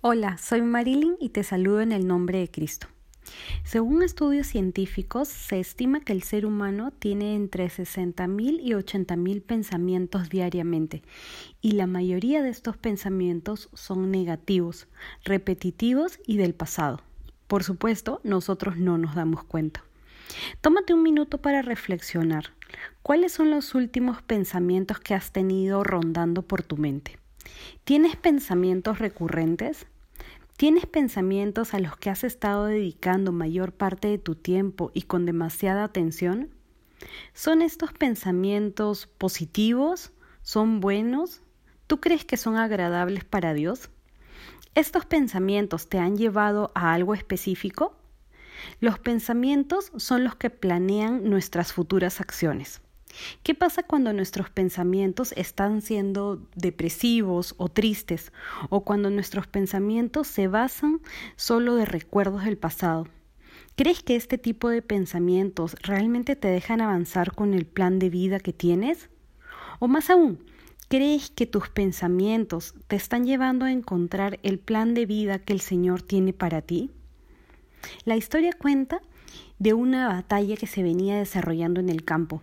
Hola, soy Marilyn y te saludo en el nombre de Cristo. Según estudios científicos, se estima que el ser humano tiene entre 60.000 y 80.000 pensamientos diariamente, y la mayoría de estos pensamientos son negativos, repetitivos y del pasado. Por supuesto, nosotros no nos damos cuenta. Tómate un minuto para reflexionar. ¿Cuáles son los últimos pensamientos que has tenido rondando por tu mente? ¿Tienes pensamientos recurrentes? ¿Tienes pensamientos a los que has estado dedicando mayor parte de tu tiempo y con demasiada atención? ¿Son estos pensamientos positivos? ¿Son buenos? ¿Tú crees que son agradables para Dios? ¿Estos pensamientos te han llevado a algo específico? Los pensamientos son los que planean nuestras futuras acciones. ¿Qué pasa cuando nuestros pensamientos están siendo depresivos o tristes, o cuando nuestros pensamientos se basan solo de recuerdos del pasado? ¿Crees que este tipo de pensamientos realmente te dejan avanzar con el plan de vida que tienes? O más aún, ¿crees que tus pensamientos te están llevando a encontrar el plan de vida que el Señor tiene para ti? La historia cuenta de una batalla que se venía desarrollando en el campo.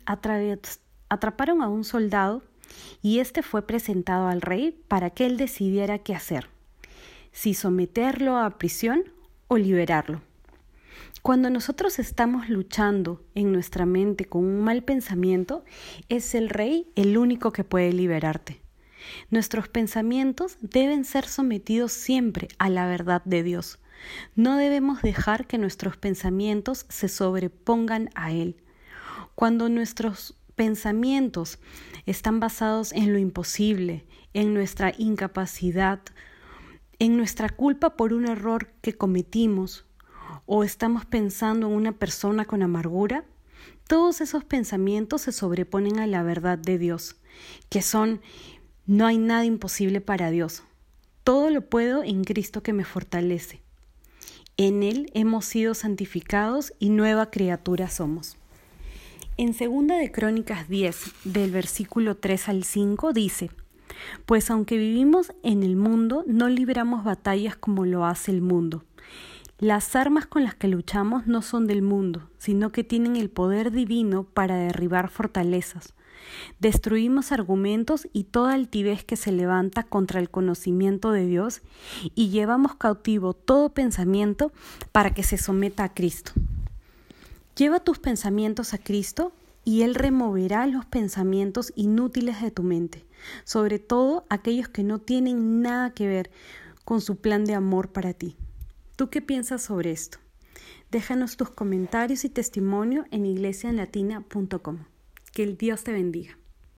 Atraparon a un soldado y este fue presentado al rey para que él decidiera qué hacer, si someterlo a prisión o liberarlo. Cuando nosotros estamos luchando en nuestra mente con un mal pensamiento, es el rey el único que puede liberarte. Nuestros pensamientos deben ser sometidos siempre a la verdad de Dios. No debemos dejar que nuestros pensamientos se sobrepongan a Él. Cuando nuestros pensamientos están basados en lo imposible, en nuestra incapacidad, en nuestra culpa por un error que cometimos, o estamos pensando en una persona con amargura, todos esos pensamientos se sobreponen a la verdad de Dios, que son: no hay nada imposible para Dios. Todo lo puedo en Cristo que me fortalece. En Él hemos sido santificados y nueva criatura somos. En 2 de Crónicas 10, del versículo 3 al 5, dice: Pues aunque vivimos en el mundo, no libramos batallas como lo hace el mundo. Las armas con las que luchamos no son del mundo, sino que tienen el poder divino para derribar fortalezas. Destruimos argumentos y toda altivez que se levanta contra el conocimiento de Dios y llevamos cautivo todo pensamiento para que se someta a Cristo. Lleva tus pensamientos a Cristo y Él removerá los pensamientos inútiles de tu mente, sobre todo aquellos que no tienen nada que ver con su plan de amor para ti. ¿Tú qué piensas sobre esto? Déjanos tus comentarios y testimonio en iglesialatina.com. Que el Dios te bendiga.